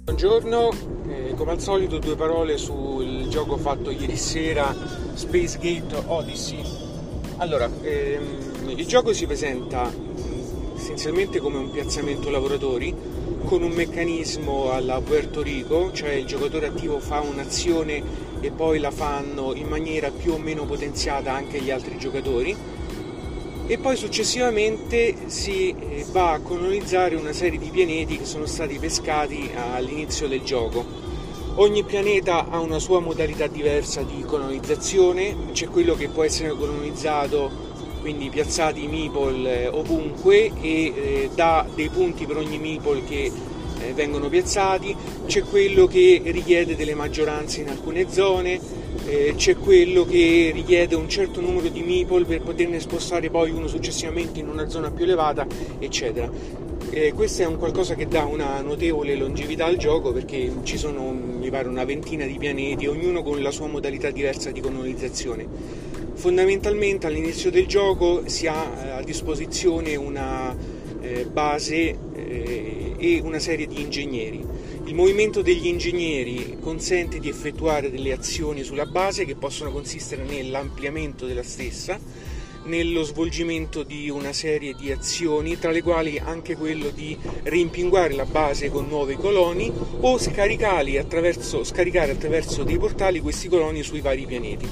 Buongiorno, come al solito due parole sul gioco fatto ieri sera, Space Gate Odyssey. Allora, il gioco si presenta essenzialmente come un piazzamento lavoratori con un meccanismo alla Puerto Rico, cioè il giocatore attivo fa un'azione e poi la fanno in maniera più o meno potenziata anche gli altri giocatori. E poi successivamente si va a colonizzare una serie di pianeti che sono stati pescati all'inizio del gioco. Ogni pianeta ha una sua modalità diversa di colonizzazione, c'è quello che può essere colonizzato, quindi piazzati i meeple ovunque e dà dei punti per ogni meeple che vengono piazzati, c'è quello che richiede delle maggioranze in alcune zone, c'è quello che richiede un certo numero di meeple per poterne spostare poi uno successivamente in una zona più elevata, eccetera. Questo è un qualcosa che dà una notevole longevità al gioco, perché ci sono, mi pare, una ventina di pianeti, ognuno con la sua modalità diversa di colonizzazione. Fondamentalmente all'inizio del gioco si ha a disposizione una base e una serie di ingegneri. Il movimento degli ingegneri consente di effettuare delle azioni sulla base che possono consistere nell'ampliamento della stessa, nello svolgimento di una serie di azioni, tra le quali anche quello di rimpinguare la base con nuovi coloni o scaricare attraverso dei portali questi coloni sui vari pianeti.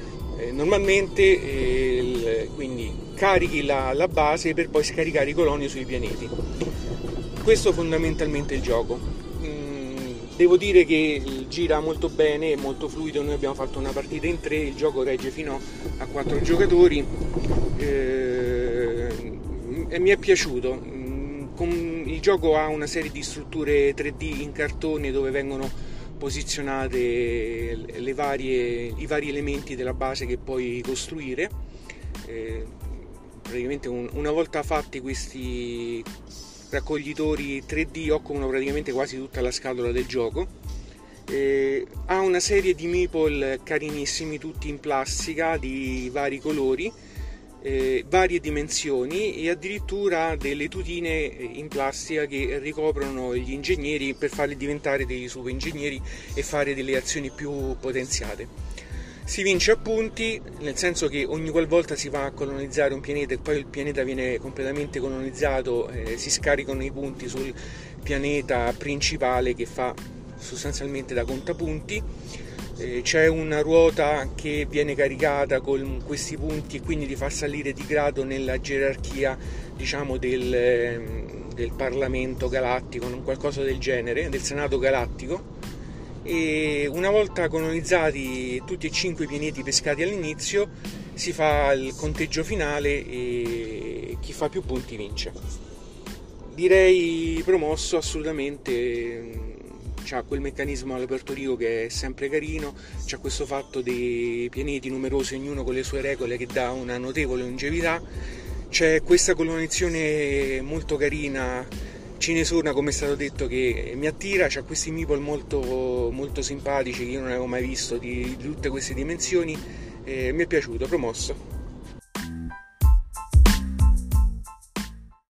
Normalmente quindi carichi la base per poi scaricare i coloni sui pianeti. Questo fondamentalmente è il gioco. Devo dire che gira molto bene, è molto fluido, noi abbiamo fatto una partita in 3, il gioco regge fino a 4 giocatori e mi è piaciuto. Il gioco ha una serie di strutture 3D in cartone dove vengono posizionate i vari elementi della base che puoi costruire. Praticamente una volta fatti questi raccoglitori 3D occupano praticamente quasi tutta la scatola del gioco. Ha una serie di meeple carinissimi, tutti in plastica di vari colori, varie dimensioni e addirittura delle tutine in plastica che ricoprono gli ingegneri per farli diventare dei super ingegneri e fare delle azioni più potenziate. Si vince a punti, nel senso che ogni qualvolta si va a colonizzare un pianeta e poi il pianeta viene completamente colonizzato, si scaricano i punti sul pianeta principale che fa sostanzialmente da contapunti. C'è una ruota che viene caricata con questi punti e quindi ti fa salire di grado nella gerarchia, diciamo, del Parlamento galattico, non qualcosa del genere, del Senato galattico. E una volta colonizzati tutti e 5 i pianeti pescati all'inizio si fa il conteggio finale e chi fa più punti vince. Direi promosso assolutamente. C'ha quel meccanismo alla Puerto Rico che è sempre carino, c'ha questo fatto dei pianeti numerosi ognuno con le sue regole che dà una notevole longevità, c'è questa colonizzazione molto carina cinesona, come è stato detto, che mi attira, c'ha questi meeple molto, molto simpatici che io non avevo mai visto di tutte queste dimensioni, mi è piaciuto, promosso.